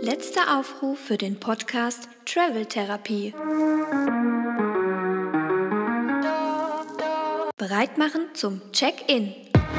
Letzter Aufruf für den Podcast Travel Therapie. Bereit machen zum Check-in.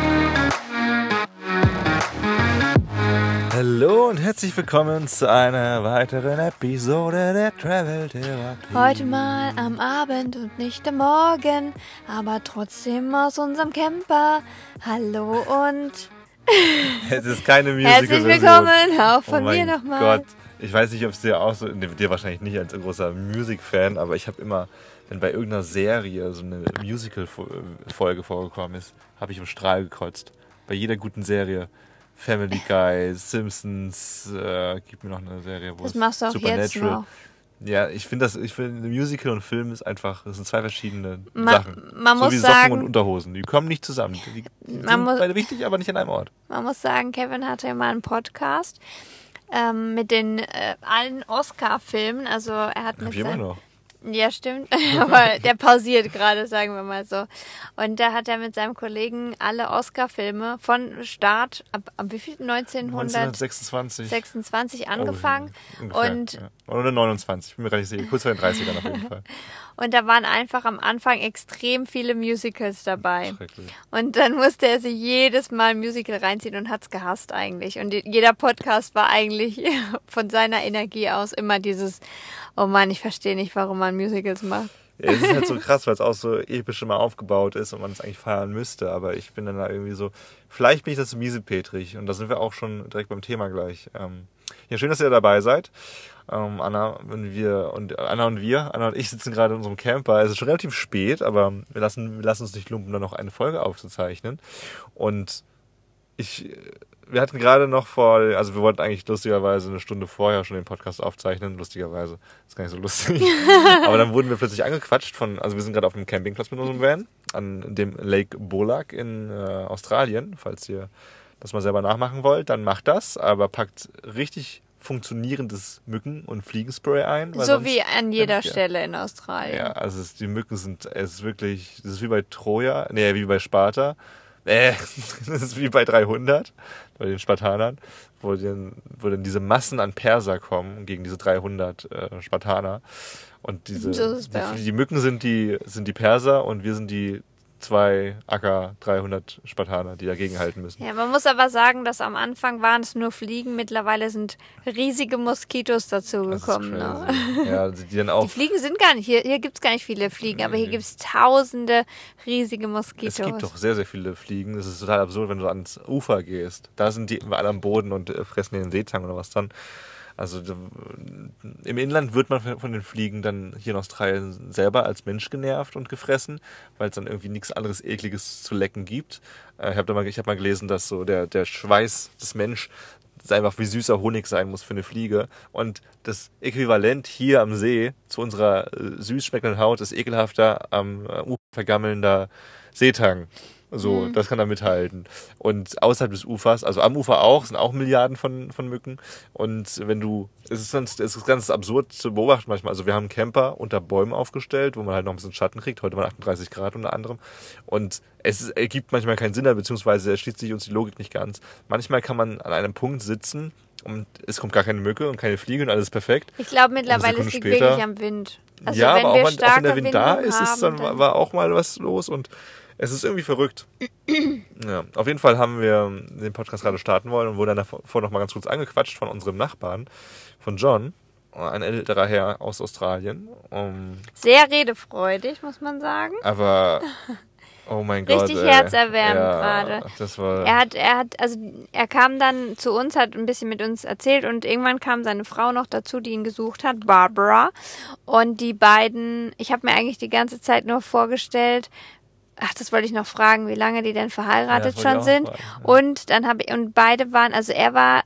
Hallo und herzlich willkommen zu einer weiteren Episode der Travel Therapie. Heute mal am Abend und nicht am Morgen, aber trotzdem aus unserem Camper. Hallo und Es ist keine Musical-Version. herzlich willkommen, auch von mir mein nochmal. Gott, ich weiß nicht, ob es dir auch so, dir wahrscheinlich nicht als großer Music-Fan, aber ich habe immer, wenn bei irgendeiner Serie so eine Musical-Folge vorgekommen ist, habe ich im Strahl gekotzt. Bei jeder guten Serie. Family Guy, Simpsons, gib mir noch eine Serie, wo Das es machst du auch jetzt noch. Ja, ich finde Musical und Film ist einfach, das sind zwei verschiedene Sachen. Man so muss wie Socken sagen, und Unterhosen, die kommen nicht zusammen. Die sind beide wichtig, aber nicht an einem Ort. Man muss sagen, Kevin hatte ja mal einen Podcast mit den allen Oscar-Filmen. Also er hat mit Immer noch. Ja, stimmt. Aber der pausiert gerade, sagen wir mal so. Und da hat er mit seinem Kollegen alle Oscar-Filme von Start ab wie viel? 1926 angefangen. Ungefähr, Und ja. Oder 29, ich bin mir gar nicht sicher. Kurz vor den 30ern auf jeden Fall. Und da waren einfach am Anfang extrem viele Musicals dabei. Schrecklich. Und dann musste er sich jedes Mal ein Musical reinziehen und hat's gehasst eigentlich. Und jeder Podcast war eigentlich von seiner Energie aus immer dieses, oh Mann, ich verstehe nicht, warum man Musicals macht. Ja, es ist halt so krass, weil es auch so episch immer aufgebaut ist und man es eigentlich feiern müsste. Aber ich bin dann da irgendwie so, vielleicht bin ich das so miesepetrig. Und da sind wir auch schon direkt beim Thema gleich. Ja, schön, dass ihr dabei seid. Anna und ich sitzen gerade in unserem Camper. Es ist schon relativ spät, aber wir lassen uns nicht lumpen, da noch eine Folge aufzuzeichnen. Und wir hatten gerade noch wir wollten eigentlich lustigerweise eine Stunde vorher schon den Podcast aufzeichnen. Lustigerweise, ist gar nicht so lustig. Aber dann wurden wir plötzlich angequatscht also wir sind gerade auf einem Campingplatz mit unserem Van, an dem Lake Bolak in Australien. Falls ihr das mal selber nachmachen wollt, dann macht das, aber packt richtig funktionierendes Mücken- und Fliegenspray ein. So wie an jeder Stelle in Australien. Ja, also die Mücken das ist wie bei Troja, wie bei Sparta. Das ist wie bei 300, bei den Spartanern, wo dann diese Massen an Perser kommen gegen diese 300 Spartaner. Und die Mücken sind die Perser und wir sind die 2 AK 300 Spartaner, die dagegen halten müssen. Ja, man muss aber sagen, dass am Anfang waren es nur Fliegen, mittlerweile sind riesige Moskitos dazugekommen. Ne? Ja, die dann auch. Die Fliegen sind gar nicht, hier gibt es gar nicht viele Fliegen, aber hier gibt es tausende riesige Moskitos. Es gibt doch sehr, sehr viele Fliegen. Das ist total absurd, wenn du ans Ufer gehst. Da sind die alle am Boden und fressen den Seetang oder was dann. Also im Inland wird man von den Fliegen dann hier in Australien selber als Mensch genervt und gefressen, weil es dann irgendwie nichts anderes Ekliges zu lecken gibt. Ich hab mal gelesen, dass so der Schweiß des Menschen einfach wie süßer Honig sein muss für eine Fliege. Und das Äquivalent hier am See zu unserer süß schmeckenden Haut ist ekelhafter am Ufer vergammelnder Seetang. So, das kann da mithalten. Und außerhalb des Ufers, also am Ufer auch, sind auch Milliarden von Mücken. Und es ist ganz absurd zu beobachten manchmal. Also wir haben einen Camper unter Bäumen aufgestellt, wo man halt noch ein bisschen Schatten kriegt. Heute waren 38 Grad unter anderem. Und es ergibt manchmal keinen Sinn, beziehungsweise erschließt sich uns die Logik nicht ganz. Manchmal kann man an einem Punkt sitzen und es kommt gar keine Mücke und keine Fliege und alles ist perfekt. Ich glaube mittlerweile, es liegt wirklich am Wind. Also ja, wenn aber auch wenn der Wind Wind da ist, dann war auch mal was los und es ist irgendwie verrückt. Ja, auf jeden Fall haben wir den Podcast gerade starten wollen und wurden dann davor noch mal ganz kurz angequatscht von unserem Nachbarn, von John, ein älterer Herr aus Australien. Sehr redefreudig, muss man sagen. Aber, oh mein Gott. Richtig herzerwärmend gerade. Das war... Er kam dann zu uns, hat ein bisschen mit uns erzählt und irgendwann kam seine Frau noch dazu, die ihn gesucht hat, Barbara. Und die beiden, ich habe mir eigentlich die ganze Zeit nur vorgestellt, das wollte ich noch fragen, wie lange die denn verheiratet schon sind. Fragen, ja. Und beide waren, also er war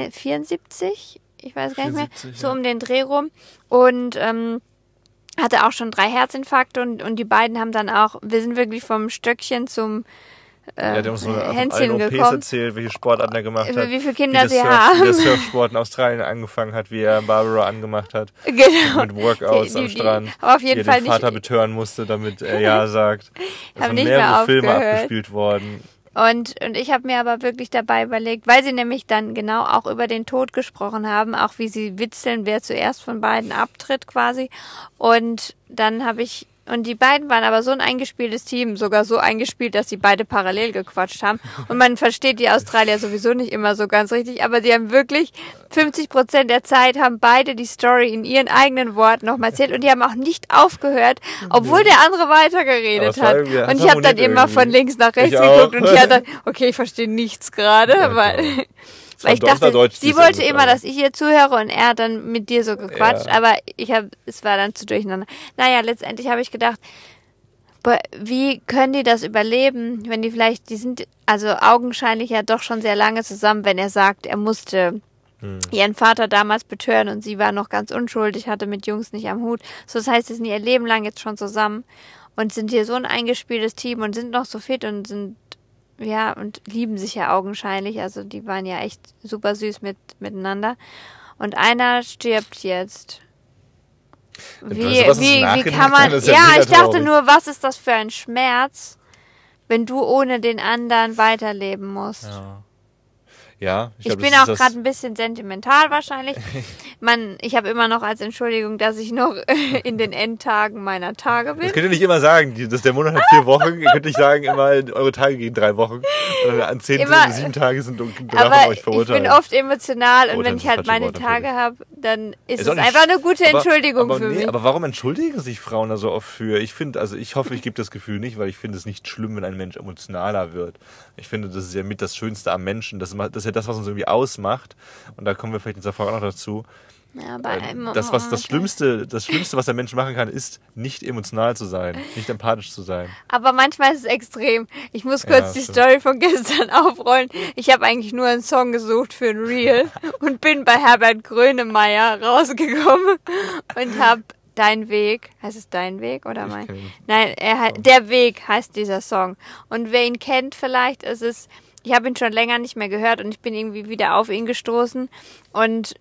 74, ich weiß gar nicht mehr, so um den Dreh rum. Und hatte auch schon 3 Herzinfarkte und die beiden haben dann auch, wir sind wirklich vom Stöckchen zum die haben uns so Hänschen OPs gekommen. erzählt, welche Sportarten er gemacht hat. Wie viele Kinder sie haben. Wie der Surfsport in Australien angefangen hat, wie er Barbara angemacht hat. Genau. Mit Workouts am Strand. Aber auf jeden Fall den Vater betören musste, damit er Ja sagt. Es sind mehrere Filme abgespielt worden. Und ich habe mir aber wirklich dabei überlegt, weil sie nämlich dann genau auch über den Tod gesprochen haben, auch wie sie witzeln, wer zuerst von beiden abtritt quasi. Und dann und die beiden waren aber so ein eingespieltes Team, sogar so eingespielt, dass sie beide parallel gequatscht haben. Und man versteht die Australier sowieso nicht immer so ganz richtig, aber sie haben wirklich 50% der Zeit haben beide die Story in ihren eigenen Worten nochmal erzählt und die haben auch nicht aufgehört, obwohl der andere weitergeredet hat. Und ich habe dann immer von links nach rechts geguckt und ich hatte, okay, ich verstehe nichts gerade, weil ich dachte, sie wollte immer, dass ich ihr zuhöre und er hat dann mit dir so gequatscht, aber es war dann zu durcheinander. Naja, letztendlich habe ich gedacht, wie können die das überleben, wenn die sind also augenscheinlich ja doch schon sehr lange zusammen, wenn er sagt, er musste ihren Vater damals betören und sie war noch ganz unschuldig, hatte mit Jungs nicht am Hut. So, das heißt, sie sind ihr Leben lang jetzt schon zusammen und sind hier so ein eingespieltes Team und sind noch so fit und und lieben sich ja augenscheinlich. Also die waren ja echt super süß miteinander. Und einer stirbt jetzt. Wie kann man... Ja, ich dachte nur, was ist das für ein Schmerz, wenn du ohne den anderen weiterleben musst. Ja, ich bin auch gerade ein bisschen sentimental wahrscheinlich. Ich habe immer noch als Entschuldigung, dass ich noch in den Endtagen meiner Tage bin. Das könnt ihr nicht immer sagen. Der Monat hat 4 Wochen. Ihr könnt nicht sagen, immer eure Tage gehen 3 Wochen. Und an 7 Tage sind danach von euch verurteilt. Ich bin oft emotional und wenn ich halt meine Tage habe, dann ist es einfach eine gute Entschuldigung für mich. Aber warum entschuldigen sich Frauen da so oft für? Ich hoffe, ich gebe das Gefühl nicht, weil ich finde es nicht schlimm, wenn ein Mensch emotionaler wird. Ich finde, das ist ja mit das Schönste am Menschen. Das ist ja das, was uns irgendwie ausmacht. Und da kommen wir vielleicht in dieser Frage auch noch dazu. Ja, aber das Schlimmste, was der Mensch machen kann, ist, nicht emotional zu sein, nicht empathisch zu sein. Aber manchmal ist es extrem. Ich muss kurz die Story von gestern aufrollen. Ich habe eigentlich nur einen Song gesucht für ein Reel und bin bei Herbert Grönemeyer rausgekommen und habe Dein Weg, heißt es Dein Weg oder mein? Nein, Der Weg heißt dieser Song. Und wer ihn kennt vielleicht, ich habe ihn schon länger nicht mehr gehört und ich bin irgendwie wieder auf ihn gestoßen und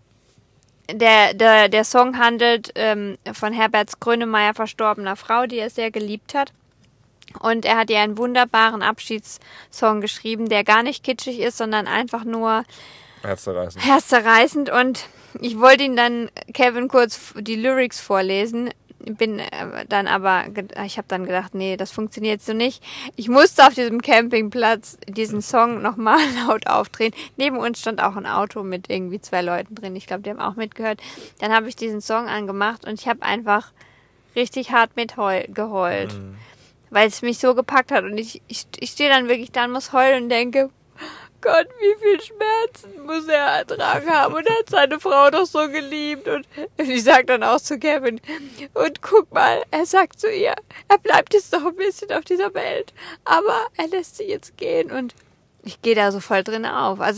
der Song handelt von Herberts Grönemeyer verstorbener Frau, die er sehr geliebt hat. Und er hat ihr einen wunderbaren Abschiedssong geschrieben, der gar nicht kitschig ist, sondern einfach nur herzzerreißend. Und ich wollte ihn dann Kevin kurz die Lyrics vorlesen. Ich habe dann gedacht, nee, das funktioniert so nicht. Ich musste auf diesem Campingplatz diesen Song nochmal laut aufdrehen. Neben uns stand auch ein Auto mit irgendwie 2 Leuten drin. Ich glaube, die haben auch mitgehört. Dann habe ich diesen Song angemacht und ich habe einfach richtig hart geheult. Weil es mich so gepackt hat. Und ich stehe dann wirklich da und muss heulen und denke, Gott, wie viel Schmerzen muss er ertragen haben und er hat seine Frau doch so geliebt und ich sag dann auch zu Kevin und guck mal, er sagt zu ihr, er bleibt jetzt noch ein bisschen auf dieser Welt, aber er lässt sie jetzt gehen und ich gehe da so voll drin auf. Also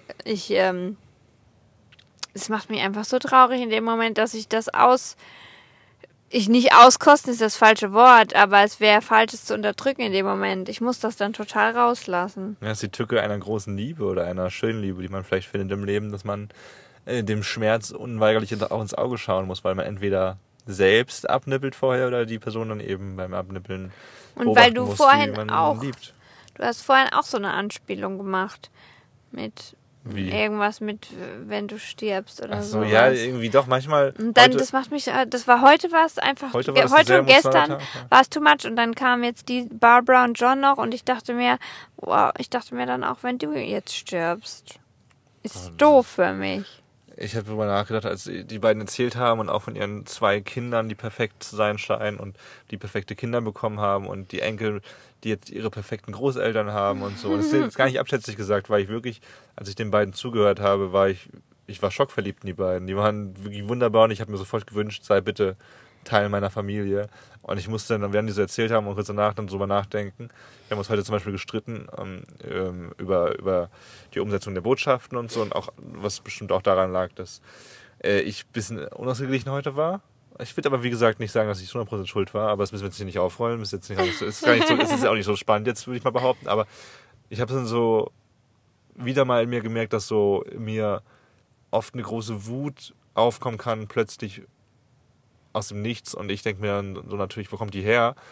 es macht mich einfach so traurig in dem Moment, dass ich das nicht auskosten ist das falsche Wort, aber es wäre falsch, es zu unterdrücken in dem Moment. Ich muss das dann total rauslassen. Ja, das ist die Tücke einer großen Liebe oder einer schönen Liebe, die man vielleicht findet im Leben, dass man dem Schmerz unweigerlich auch ins Auge schauen muss, weil man entweder selbst abnippelt vorher oder die Person dann eben beim Abnippeln und weil du muss, vorhin die man auch liebt. Du hast vorhin auch so eine Anspielung gemacht mit irgendwas mit, wenn du stirbst oder so. Ach so, ja, irgendwie doch, manchmal. Und dann, das war heute war es einfach, heute und gestern war es too much und dann kamen jetzt die Barbara und John noch und ich dachte mir dann auch, wenn du jetzt stirbst, ist es doof für mich. Ich habe darüber nachgedacht, als die beiden erzählt haben und auch von ihren 2 Kindern, die perfekt zu sein scheinen und die perfekte Kinder bekommen haben und die Enkel, die jetzt ihre perfekten Großeltern haben und so. Und das ist jetzt gar nicht abschätzig gesagt, weil ich wirklich, als ich den beiden zugehört habe, war ich war schockverliebt in die beiden. Die waren wirklich wunderbar und ich habe mir sofort gewünscht, sei bitte Teil meiner Familie. Und ich musste dann, während die so erzählt haben und kurz danach dann drüber nachdenken. Wir haben uns heute zum Beispiel gestritten über die Umsetzung der Botschaften und so und auch, was bestimmt auch daran lag, dass ich ein bisschen unausgeglichen heute war. Ich würde aber, wie gesagt, nicht sagen, dass ich 100% schuld war, aber das müssen wir jetzt hier nicht aufrollen. Es ist auch nicht so spannend jetzt, würde ich mal behaupten. Aber ich habe dann so wieder mal in mir gemerkt, dass so in mir oft eine große Wut aufkommen kann, plötzlich aus dem Nichts. Und ich denke mir dann so natürlich, wo kommt die her?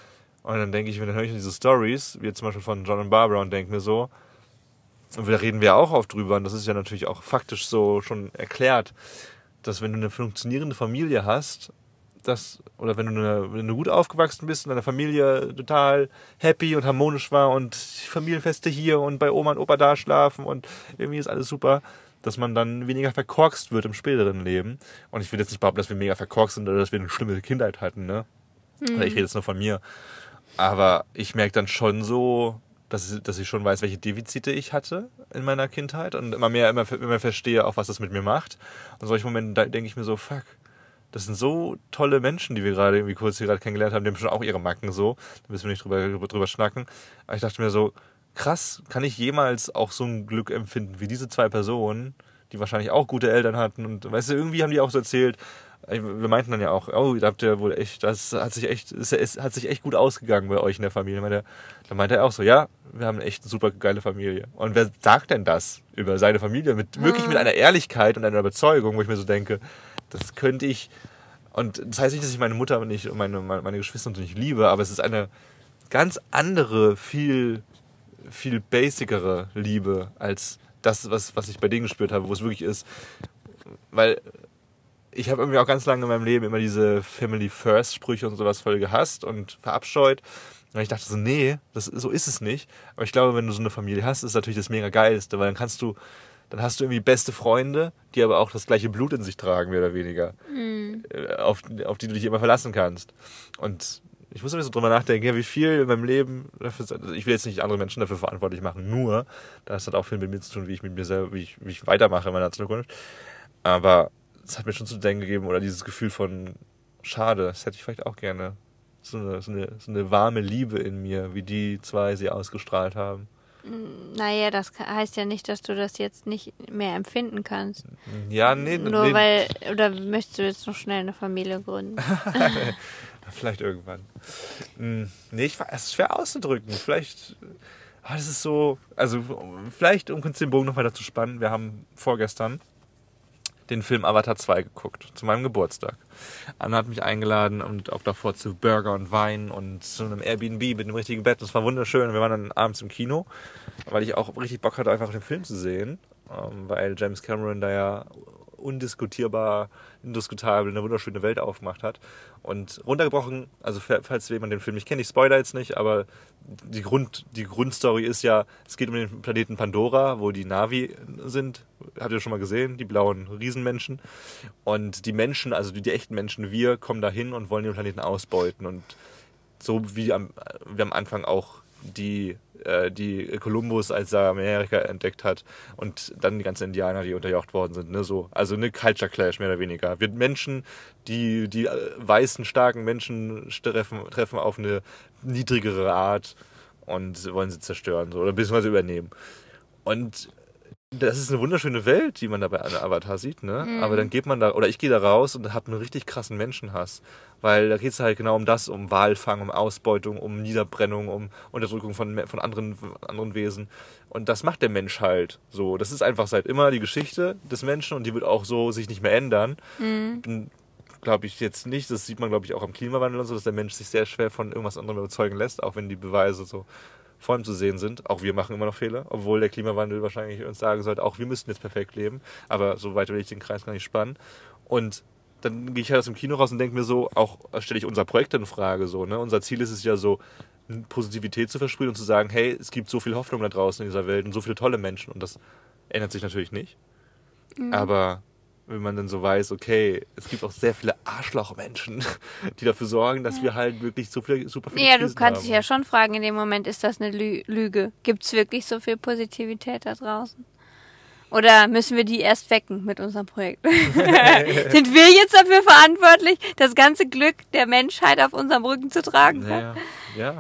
Und dann denke ich mir, dann höre ich diese Stories, wie zum Beispiel von John und Barbara, und denke mir so, und da reden wir auch oft drüber, und das ist ja natürlich auch faktisch so schon erklärt, dass wenn du eine funktionierende Familie hast, oder wenn du gut aufgewachsen bist und deine Familie total happy und harmonisch war und Familienfeste hier und bei Oma und Opa da schlafen und irgendwie ist alles super, dass man dann weniger verkorkst wird im späteren Leben. Und ich will jetzt nicht behaupten, dass wir mega verkorkst sind oder dass wir eine schlimme Kindheit hatten, ne? Oder ich rede jetzt nur von mir. Aber ich merke dann schon so, dass ich schon weiß, welche Defizite ich hatte in meiner Kindheit und immer mehr verstehe auch, was das mit mir macht. Und in solchen Momenten denke ich mir so, fuck, das sind so tolle Menschen, die wir gerade irgendwie kurz hier gerade kennengelernt haben, die haben schon auch ihre Macken so, da müssen wir nicht drüber schnacken. Aber ich dachte mir so, krass, kann ich jemals auch so ein Glück empfinden wie diese 2 Personen, die wahrscheinlich auch gute Eltern hatten und weißt du, irgendwie haben die auch so erzählt, wir meinten dann ja auch, oh, da habt ihr wohl echt, es hat sich echt gut ausgegangen bei euch in der Familie. Da meinte er auch so, ja, wir haben echt eine super geile Familie. Und wer sagt denn das über seine Familie? Wirklich mit einer Ehrlichkeit und einer Überzeugung, wo ich mir so denke, das könnte ich, und das heißt nicht, dass ich meine Mutter nicht und meine Geschwister nicht liebe, aber es ist eine ganz andere, viel basicere Liebe als das, was ich bei denen gespürt habe, wo es wirklich ist. Weil ich habe irgendwie auch ganz lange in meinem Leben immer diese Family First Sprüche und sowas voll gehasst und verabscheut. Und ich dachte so, nee, so ist es nicht. Aber ich glaube, wenn du so eine Familie hast, ist natürlich das mega Geilste, weil dann hast du irgendwie beste Freunde, die aber auch das gleiche Blut in sich tragen, mehr oder weniger. Auf die du dich immer verlassen kannst. Und ich muss ein bisschen drüber nachdenken, wie viel in meinem Leben, ich will jetzt nicht andere Menschen dafür verantwortlich machen, nur, das hat auch viel mit mir zu tun, wie ich mit mir selber, wie ich weitermache in meiner Zukunft. Aber es hat mir schon zu denken gegeben, oder dieses Gefühl von, schade, das hätte ich vielleicht auch gerne. So eine warme Liebe in mir, wie die 2 sie ausgestrahlt haben. Naja, das heißt ja nicht, dass du das jetzt nicht mehr empfinden kannst. Ja, nee. Weil, oder möchtest du jetzt noch schnell eine Familie gründen? Vielleicht irgendwann. Nee, es ist schwer auszudrücken. Vielleicht, das ist so, also vielleicht, um uns den Bogen noch weiter zu spannen, wir haben vorgestern den Film Avatar 2 geguckt, zu meinem Geburtstag. Anna hat mich eingeladen und auch davor zu Burger und Wein und zu einem Airbnb mit einem richtigen Bett. Das war wunderschön. Wir waren dann abends im Kino, weil ich auch richtig Bock hatte, einfach den Film zu sehen, weil James Cameron da ja indiskutabel eine wunderschöne Welt aufgemacht hat. Und runtergebrochen, also falls jemand den Film nicht kennt, ich spoilere jetzt nicht, aber die Grundstory ist ja, es geht um den Planeten Pandora, wo die Na'vi sind. Habt ihr schon mal gesehen? Die blauen Riesenmenschen. Und die Menschen, also die echten Menschen, wir kommen da hin und wollen den Planeten ausbeuten. Und so wie wir am Anfang auch die Kolumbus, als er Amerika entdeckt hat, und dann die ganzen Indianer, die unterjocht worden sind, ne, so, also eine Culture Clash mehr oder weniger. Wir Menschen, die weißen, starken Menschen treffen auf eine niedrigere Art und wollen sie zerstören, so, oder beziehungsweise übernehmen. Und das ist eine wunderschöne Welt, die man da bei Avatar sieht, ne? Aber dann geht man da, oder ich gehe da raus und habe einen richtig krassen Menschenhass. Weil da geht es halt genau um das, um Walfang, um Ausbeutung, um Niederbrennung, um Unterdrückung von anderen Wesen. Und das macht der Mensch halt so. Das ist einfach seit immer die Geschichte des Menschen und die wird auch so sich nicht mehr ändern. Glaube ich jetzt nicht, das sieht man glaube ich auch am Klimawandel und so, dass der Mensch sich sehr schwer von irgendwas anderem überzeugen lässt, auch wenn die Beweise so vor ihm zu sehen sind. Auch wir machen immer noch Fehler, obwohl der Klimawandel wahrscheinlich uns sagen sollte, auch wir müssten jetzt perfekt leben. Aber so weit will ich den Kreis gar nicht spannen. Und dann gehe ich halt aus dem Kino raus und denke mir so, auch stelle ich unser Projekt in Frage. So, ne? Unser Ziel ist es ja so, Positivität zu versprühen und zu sagen, hey, es gibt so viel Hoffnung da draußen in dieser Welt und so viele tolle Menschen. Und das ändert sich natürlich nicht. Aber wenn man dann so weiß, okay, es gibt auch sehr viele Arschlochmenschen, die dafür sorgen, dass wir halt wirklich super viele Ja, Krisen du kannst haben. dich ja schon fragen, in dem Moment, ist das eine Lüge? Gibt es wirklich so viel Positivität da draußen? Oder müssen wir die erst wecken mit unserem Projekt? Sind wir jetzt dafür verantwortlich, das ganze Glück der Menschheit auf unserem Rücken zu tragen? Ja.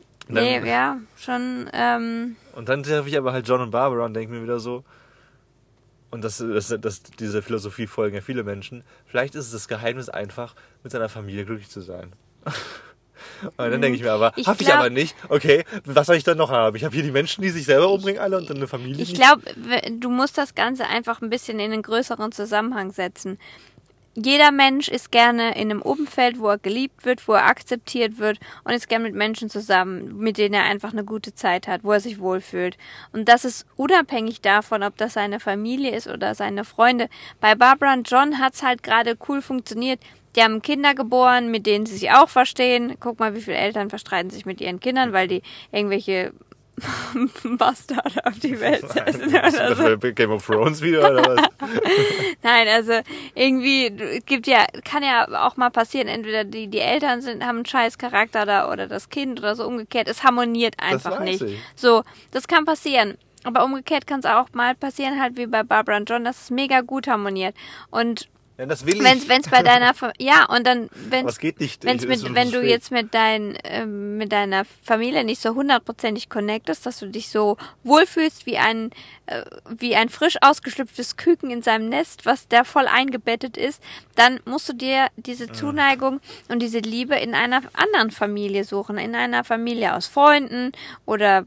Schon. Und dann treffe ich aber halt John und Barbara und denke mir wieder so, und diese Philosophie folgen ja viele Menschen, vielleicht ist es das Geheimnis einfach, mit seiner Familie glücklich zu sein. Und dann denke ich mir aber, habe ich aber nicht. Okay, was soll ich dann noch haben? Ich habe hier die Menschen, die sich selber umbringen alle und dann eine Familie. Ich glaube, du musst das Ganze einfach ein bisschen in einen größeren Zusammenhang setzen. jeder Mensch ist gerne in einem Umfeld, wo er geliebt wird, wo er akzeptiert wird und ist gerne mit Menschen zusammen, mit denen er einfach eine gute Zeit hat, wo er sich wohlfühlt. Und das ist unabhängig davon, ob das seine Familie ist oder seine Freunde. Bei Barbara und John hat's halt gerade cool funktioniert. Die haben Kinder geboren, mit denen sie sich auch verstehen. Guck mal, wie viele Eltern verstreiten sich mit ihren Kindern, weil die irgendwelche Bastarde auf die Welt setzen. Ist das für Game of Thrones wieder oder was? Nein, also irgendwie kann ja auch mal passieren, entweder die Eltern haben einen scheiß Charakter oder das Kind oder so umgekehrt. Es harmoniert einfach nicht. Ich. So, das kann passieren. Aber umgekehrt kann es auch mal passieren, halt wie bei Barbara und John, dass es mega gut harmoniert. Und Ja, das will ich. wenn's bei deiner und dann Was geht nicht? wenn du jetzt mit deiner Familie nicht so 100%ig connectest, dass du dich so wohlfühlst wie ein frisch ausgeschlüpftes Küken in seinem Nest, was da voll eingebettet ist, dann musst du dir diese Zuneigung und diese Liebe in einer anderen Familie suchen, in einer Familie aus Freunden oder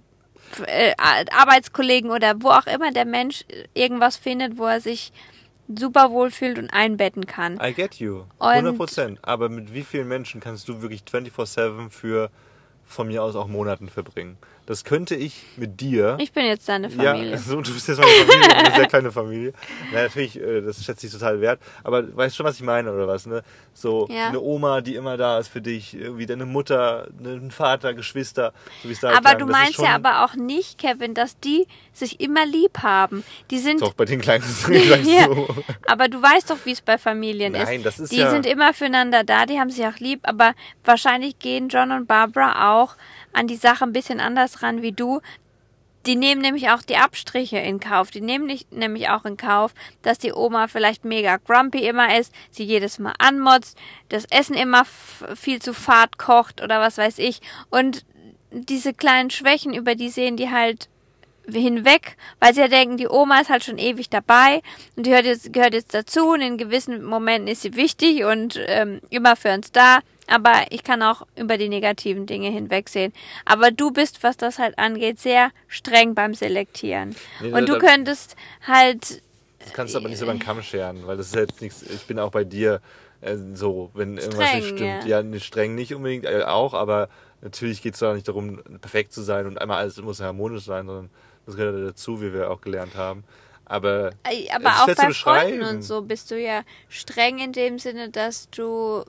Arbeitskollegen oder wo auch immer der Mensch irgendwas findet, wo er sich super wohlfühlt und einbetten kann. I get you. 100%. Aber mit wie vielen Menschen kannst du wirklich 24/7 für von mir aus auch Monaten verbringen? Das könnte ich mit dir. Ich bin jetzt deine Familie. Ja, so, du bist jetzt meine Familie, eine sehr kleine Familie. Na, natürlich, das schätze ich total wert. Aber weißt schon, was ich meine, oder was? Ne? So eine Oma, die immer da ist für dich, irgendwie deine Mutter, ein Vater, Geschwister, so wie es da Aber du meinst ja aber auch nicht, Kevin, dass die sich immer lieb haben. Die sind doch bei den Kleinen ist es gleich ja, so. aber du weißt doch, wie es bei Familien ist. Nein, das ist die sind immer füreinander da, die haben sich auch lieb, aber wahrscheinlich gehen John und Barbara auch an die Sache ein bisschen anders ran wie du. Die nehmen nämlich auch die Abstriche in Kauf. Die nehmen nämlich auch in Kauf, dass die Oma vielleicht mega grumpy immer ist, sie jedes Mal anmotzt, das Essen immer viel zu fad kocht oder was weiß ich. Und diese kleinen Schwächen, über die sehen die halt hinweg, weil sie ja denken, die Oma ist halt schon ewig dabei und die gehört jetzt dazu und in gewissen Momenten ist sie wichtig und immer für uns da, aber ich kann auch über die negativen Dinge hinwegsehen. Aber du bist, was das halt angeht, sehr streng beim Selektieren. Nee, und du könntest halt... Das kannst du aber nicht so beim Kamm scheren, weil das ist jetzt nichts, ich bin auch bei dir so, wenn irgendwas Streng, nicht stimmt. Ja, streng nicht unbedingt, auch, aber natürlich geht es da nicht darum, perfekt zu sein und einmal alles muss harmonisch sein, sondern das gehört dazu, wie wir auch gelernt haben. Aber auch bei Freunden und so bist du ja streng in dem Sinne, dass du,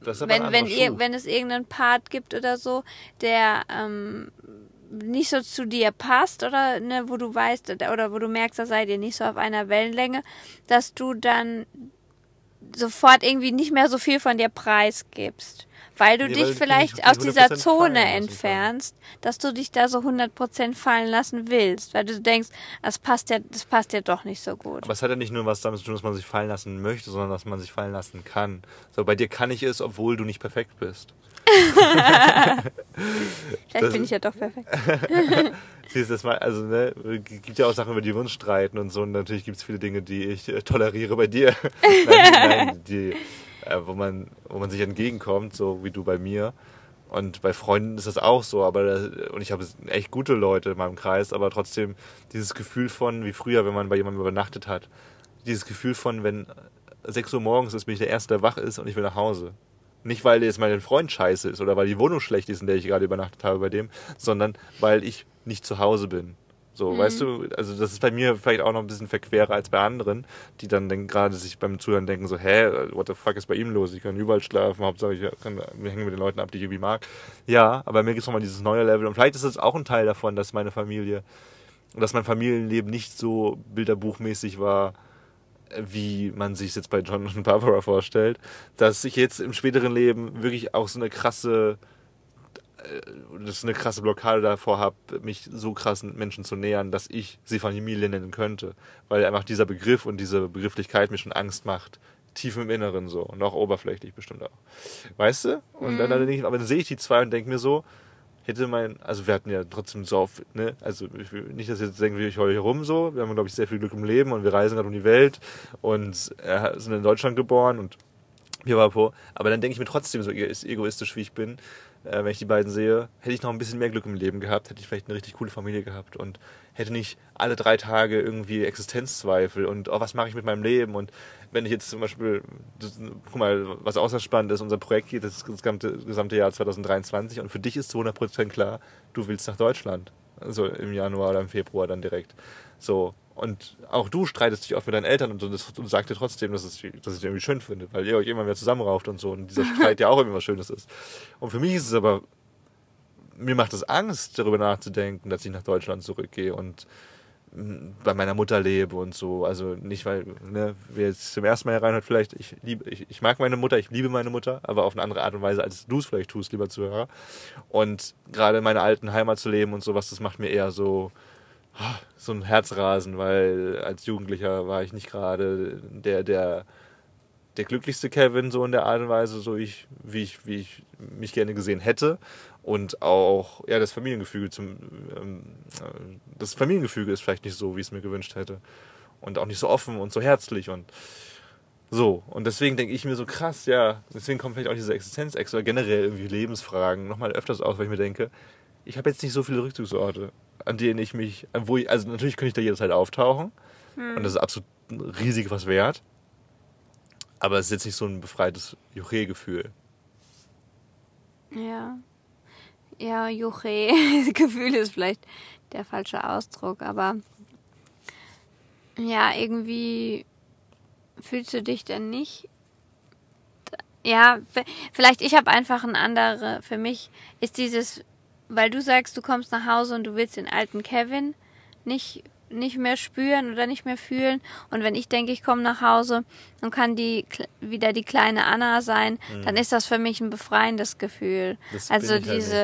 wenn es irgendeinen Part gibt oder so, der nicht so zu dir passt oder ne, wo du weißt oder wo du merkst, da seid ihr nicht so auf einer Wellenlänge, dass du dann sofort irgendwie nicht mehr so viel von dir preisgibst. Weil du dich vielleicht aus dieser Zone entfernst, dass du dich da so 100% fallen lassen willst. Weil du denkst, das passt ja doch nicht so gut. Aber es hat ja nicht nur was damit zu tun, dass man sich fallen lassen möchte, sondern dass man sich fallen lassen kann. So, bei dir kann ich es, obwohl du nicht perfekt bist. Vielleicht bin ich ja doch perfekt. Siehst du das mal, also ne, gibt ja auch Sachen, über die wir uns streiten und so. Und natürlich gibt es viele Dinge, die ich toleriere bei dir. Nein, wo man sich entgegenkommt, so wie du bei mir. Und bei Freunden ist das auch so, und ich habe echt gute Leute in meinem Kreis, aber trotzdem dieses Gefühl von, wie früher, wenn man bei jemandem übernachtet hat, dieses Gefühl von, wenn 6 Uhr morgens ist, bin ich der Erste, der wach ist und ich will nach Hause. Nicht, weil jetzt mein Freund scheiße ist oder weil die Wohnung schlecht ist, in der ich gerade übernachtet habe bei dem, sondern weil ich nicht zu Hause bin. So, weißt du, also das ist bei mir vielleicht auch noch ein bisschen verquerer als bei anderen, die dann gerade sich beim Zuhören denken so, what the fuck ist bei ihm los? Ich kann überall schlafen, Hauptsache ich hänge mit den Leuten ab, die ich irgendwie mag. Ja, aber mir gibt es nochmal dieses neue Level und vielleicht ist es auch ein Teil davon, dass mein Familienleben nicht so bilderbuchmäßig war, wie man sich jetzt bei John und Barbara vorstellt, dass ich jetzt im späteren Leben wirklich auch so eine krasse Blockade davor habe, mich so krassen Menschen zu nähern, dass ich sie Familie nennen könnte. Weil einfach dieser Begriff und diese Begrifflichkeit mir schon Angst macht. Tief im Inneren so. Und auch oberflächlich bestimmt auch. Weißt du? Und dann sehe ich die zwei und denke mir so, also wir hatten ja trotzdem so auf, ne, also ich will nicht, dass jetzt denken, ich heule hier rum so. Wir haben, glaube ich, sehr viel Glück im Leben und wir reisen gerade um die Welt und sind in Deutschland geboren und pipapo. Aber dann denke ich mir trotzdem so egoistisch, wie ich bin, wenn ich die beiden sehe, hätte ich noch ein bisschen mehr Glück im Leben gehabt, hätte ich vielleicht eine richtig coole Familie gehabt und hätte nicht alle 3 Tage irgendwie Existenzzweifel und was mache ich mit meinem Leben und wenn ich jetzt zum Beispiel, guck mal, was auch sehr spannend ist, unser Projekt geht das gesamte Jahr 2023 und für dich ist zu 100% klar, du willst nach Deutschland, also im Januar oder im Februar dann direkt, so. Und auch du streitest dich oft mit deinen Eltern und so, und sagst dir trotzdem, dass ich es irgendwie schön finde, weil ihr euch immer mehr zusammenrauft und so und dieser Streit ja auch irgendwie was Schönes ist. Und für mich ist es aber, mir macht es Angst, darüber nachzudenken, dass ich nach Deutschland zurückgehe und bei meiner Mutter lebe und so. Also nicht, weil, ne, wer jetzt zum ersten Mal hier reinhört, vielleicht, ich mag meine Mutter, ich liebe meine Mutter, aber auf eine andere Art und Weise, als du es vielleicht tust, lieber Zuhörer. Und gerade in meiner alten Heimat zu leben und sowas, das macht mir eher so ein Herzrasen, weil als Jugendlicher war ich nicht gerade der glücklichste Kevin, so in der Art und Weise, so wie ich mich gerne gesehen hätte. Und auch ja, das Familiengefüge ist vielleicht nicht so, wie ich es mir gewünscht hätte. Und auch nicht so offen und so herzlich und so. Und deswegen denke ich mir so krass, ja, deswegen kommen vielleicht auch diese Existenzängste oder generell irgendwie Lebensfragen nochmal öfters auf, weil ich mir denke, ich habe jetzt nicht so viele Rückzugsorte, an denen ich mich, also natürlich könnte ich da jederzeit auftauchen und das ist absolut riesig was wert, aber es ist jetzt nicht so ein befreites Juche-Gefühl. Ja, Juche-Gefühl ist vielleicht der falsche Ausdruck, aber ja, irgendwie fühlst du dich denn nicht. Ja, vielleicht ich habe einfach für mich ist dieses, weil du sagst, du kommst nach Hause und du willst den alten Kevin nicht mehr spüren oder nicht mehr fühlen. Und wenn ich denke, ich komme nach Hause und kann wieder die kleine Anna sein, dann ist das für mich ein befreiendes Gefühl. Also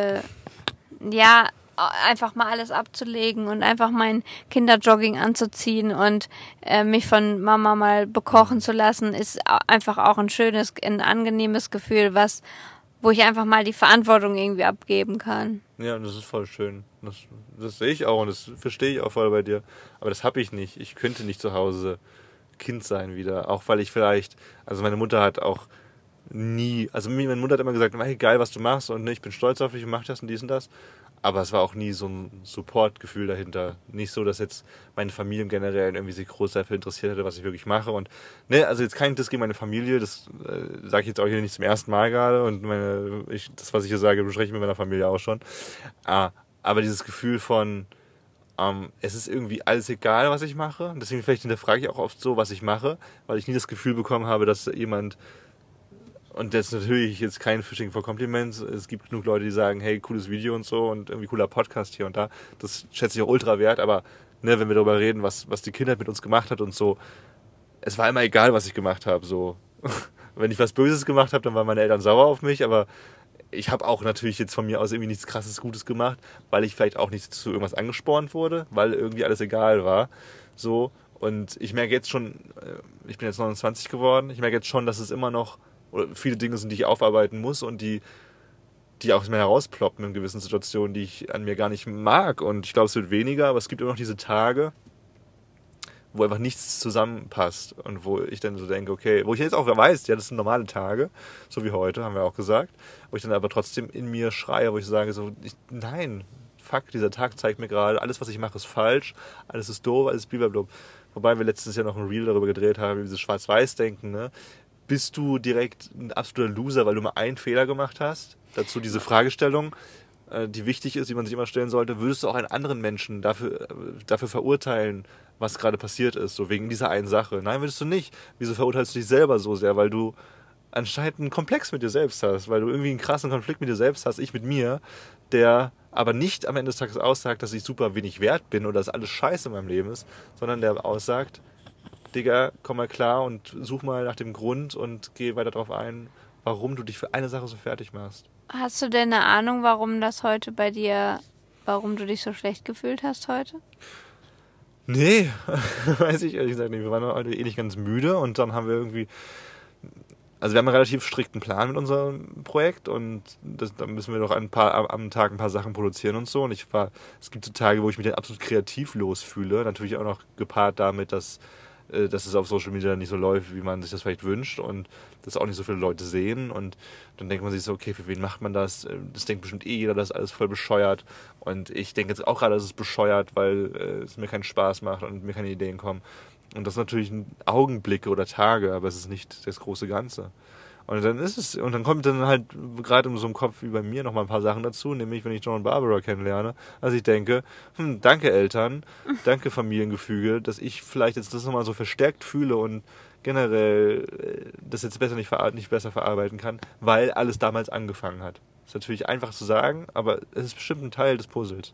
einfach mal alles abzulegen und einfach mein Kinderjogging anzuziehen und mich von Mama mal bekochen zu lassen, ist einfach auch ein angenehmes Gefühl, wo ich einfach mal die Verantwortung irgendwie abgeben kann. Ja, und das ist voll schön. Das sehe ich auch und das verstehe ich auch voll bei dir. Aber das habe ich nicht. Ich könnte nicht zu Hause Kind sein wieder. Auch weil ich vielleicht, also meine Mutter hat auch nie, also meine Mutter hat immer gesagt, hey, geil, was du machst und ich bin stolz auf dich und mach das und dies und das. Aber es war auch nie so ein Support-Gefühl dahinter. Nicht so, dass jetzt meine Familie generell irgendwie sich groß dafür interessiert hätte, was ich wirklich mache. Und ne, also jetzt kein Diss gegen meine Familie, das sage ich jetzt auch hier nicht zum ersten Mal gerade. Und das, was ich hier sage, bespreche ich mit meiner Familie auch schon. Aber dieses Gefühl von, es ist irgendwie alles egal, was ich mache. Deswegen vielleicht hinterfrage ich auch oft so, was ich mache, weil ich nie das Gefühl bekommen habe, dass jemand. Und das ist natürlich jetzt kein Fishing for Compliments. Es gibt genug Leute, die sagen, hey, cooles Video und so und irgendwie cooler Podcast hier und da. Das schätze ich auch ultra wert, aber ne, wenn wir darüber reden, was die Kindheit mit uns gemacht hat und so, es war immer egal, was ich gemacht habe. So. Wenn ich was Böses gemacht habe, dann waren meine Eltern sauer auf mich, aber ich habe auch natürlich jetzt von mir aus irgendwie nichts krasses Gutes gemacht, weil ich vielleicht auch nicht zu irgendwas angespornt wurde, weil irgendwie alles egal war. So. Und ich merke jetzt schon, ich bin jetzt 29 geworden, ich merke jetzt schon, dass es immer noch oder viele Dinge sind, die ich aufarbeiten muss und die auch aus mir herausploppen in gewissen Situationen, die ich an mir gar nicht mag. Und ich glaube, es wird weniger, aber es gibt immer noch diese Tage, wo einfach nichts zusammenpasst und wo ich dann so denke, okay, wo ich jetzt auch weiß, ja, das sind normale Tage, so wie heute, haben wir auch gesagt, wo ich dann aber trotzdem in mir schreie, wo ich sage so, nein, fuck, dieser Tag zeigt mir gerade, alles, was ich mache, ist falsch, alles ist doof, alles blablabla. Wobei wir letztes Jahr noch ein Reel darüber gedreht haben, wie dieses Schwarz-Weiß-Denken, ne? Bist du direkt ein absoluter Loser, weil du mal einen Fehler gemacht hast? Dazu diese Fragestellung, die wichtig ist, die man sich immer stellen sollte. Würdest du auch einen anderen Menschen dafür verurteilen, was gerade passiert ist, so wegen dieser einen Sache? Nein, würdest du nicht. Wieso verurteilst du dich selber so sehr? Weil du anscheinend einen Komplex mit dir selbst hast, weil du irgendwie einen krassen Konflikt mit dir selbst hast, ich mit mir, der aber nicht am Ende des Tages aussagt, dass ich super wenig wert bin oder dass alles scheiße in meinem Leben ist, sondern der aussagt, Digga, komm mal klar und such mal nach dem Grund und geh weiter darauf ein, warum du dich für eine Sache so fertig machst. Hast du denn eine Ahnung, warum du dich so schlecht gefühlt hast heute? Nee, weiß ich ehrlich gesagt nicht. Wir waren heute eh nicht ganz müde und dann haben wir irgendwie, also wir haben einen relativ strikten Plan mit unserem Projekt und da müssen wir doch am Tag ein paar Sachen produzieren und so. Und es gibt so Tage, wo ich mich dann absolut kreativlos fühle. Natürlich auch noch gepaart damit, dass dass es auf Social Media nicht so läuft, wie man sich das vielleicht wünscht und dass auch nicht so viele Leute sehen und dann denkt man sich so, okay, für wen macht man das? Das denkt bestimmt jeder, das ist alles voll bescheuert und ich denke jetzt auch gerade, dass es bescheuert, weil es mir keinen Spaß macht und mir keine Ideen kommen und das sind natürlich Augenblicke oder Tage, aber es ist nicht das große Ganze. Und dann kommt dann halt gerade in so einem Kopf wie bei mir noch mal ein paar Sachen dazu, nämlich wenn ich John und Barbara kennenlerne, also ich denke, danke Eltern, danke Familiengefüge, dass ich vielleicht jetzt das nochmal so verstärkt fühle und generell das jetzt nicht besser verarbeiten kann, weil alles damals angefangen hat. Ist natürlich einfach zu sagen, aber es ist bestimmt ein Teil des Puzzles.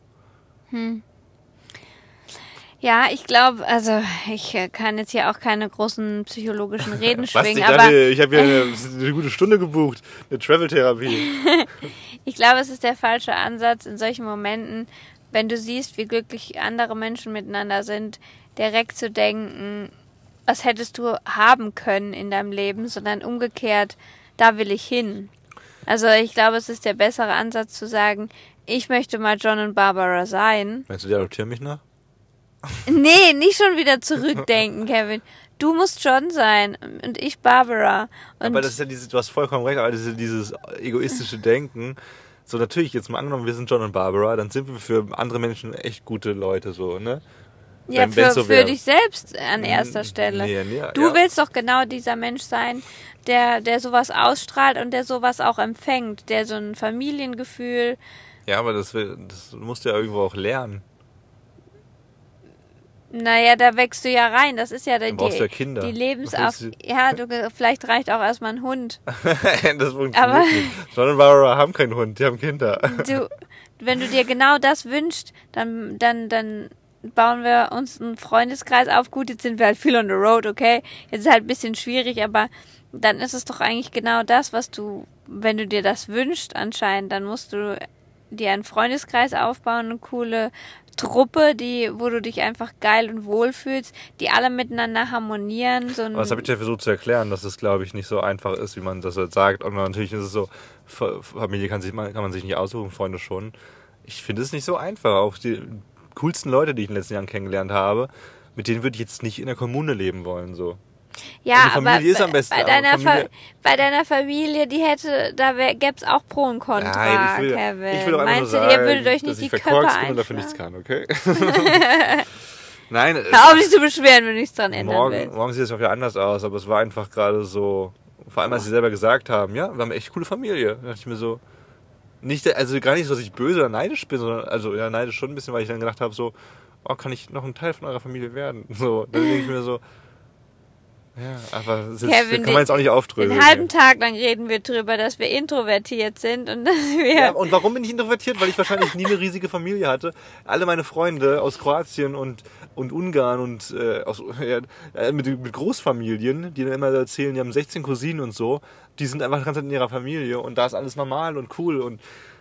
Ja, ich glaube, also ich kann jetzt hier auch keine großen psychologischen Reden schwingen, ich habe hier eine gute Stunde gebucht, eine Travel-Therapie. Ich glaube, es ist der falsche Ansatz in solchen Momenten, wenn du siehst, wie glücklich andere Menschen miteinander sind, direkt zu denken, was hättest du haben können in deinem Leben, sondern umgekehrt, da will ich hin. Also ich glaube, es ist der bessere Ansatz zu sagen, ich möchte mal John und Barbara sein. Meinst du, die adoptieren mich nach? Nee, nicht schon wieder zurückdenken, Kevin. Du musst John sein und ich Barbara. Und aber das ist ja du hast vollkommen recht, aber das ist ja dieses egoistische Denken. So natürlich, jetzt mal angenommen, wir sind John und Barbara, dann sind wir für andere Menschen echt gute Leute, so, ne? ja, für dich selbst an erster Stelle. Nee, du willst doch genau dieser Mensch sein, der sowas ausstrahlt und der sowas auch empfängt, der so ein Familiengefühl... Ja, aber das musst du ja irgendwo auch lernen. Naja, da wächst du ja rein. Das ist ja die Kinder. Die Ja, vielleicht reicht auch erstmal ein Hund. Das funktioniert nicht. John und Barbara haben keinen Hund, die haben Kinder. Wenn du dir genau das wünschst, dann bauen wir uns einen Freundeskreis auf. Gut, jetzt sind wir halt viel on the road, okay? Jetzt ist halt ein bisschen schwierig, aber dann ist es doch eigentlich genau das, was du, wenn du dir das wünschst anscheinend, dann musst du dir einen Freundeskreis aufbauen, eine coole Truppe, wo du dich einfach geil und wohl fühlst, die alle miteinander harmonieren. Aber das habe ich dir versucht zu erklären, dass es, glaube ich, nicht so einfach ist, wie man das jetzt sagt. Und natürlich ist es so, Familie kann man sich nicht aussuchen, Freunde schon. Ich finde es nicht so einfach. Auch die coolsten Leute, die ich in den letzten Jahren kennengelernt habe, mit denen würde ich jetzt nicht in der Kommune leben wollen, so. Ja, die Familie ist am besten. Bei deiner Familie, gäbe es auch Pro und Contra, Nein, Kevin. Ich will doch einfach Meinst nur du, sagen, ihr würdet euch nicht die Köpfe einschlagen? Und dafür nichts kann, okay? Nein. Hör auf, dich zu beschweren, wenn du nichts dran ändern willst. Morgen sieht es auch wieder anders aus, aber es war einfach gerade so, vor allem als sie selber gesagt haben, ja, wir haben eine echt coole Familie. Da dachte ich mir so, also gar nicht so, dass ich böse oder neidisch bin, sondern, also ja, neidisch schon ein bisschen, weil ich dann gedacht habe, so, oh, kann ich noch ein Teil von eurer Familie werden? So, dann denke ich mir so, ja, aber das kann man jetzt auch nicht aufdröseln. Den halben Tag lang reden wir drüber, dass wir introvertiert sind und dass wir... Ja, und warum bin ich introvertiert? Weil ich wahrscheinlich nie eine riesige Familie hatte. Alle meine Freunde aus Kroatien und Ungarn und mit Großfamilien, die dann immer erzählen, die haben 16 Cousinen und so, die sind einfach ganz in ihrer Familie und da ist alles normal und cool und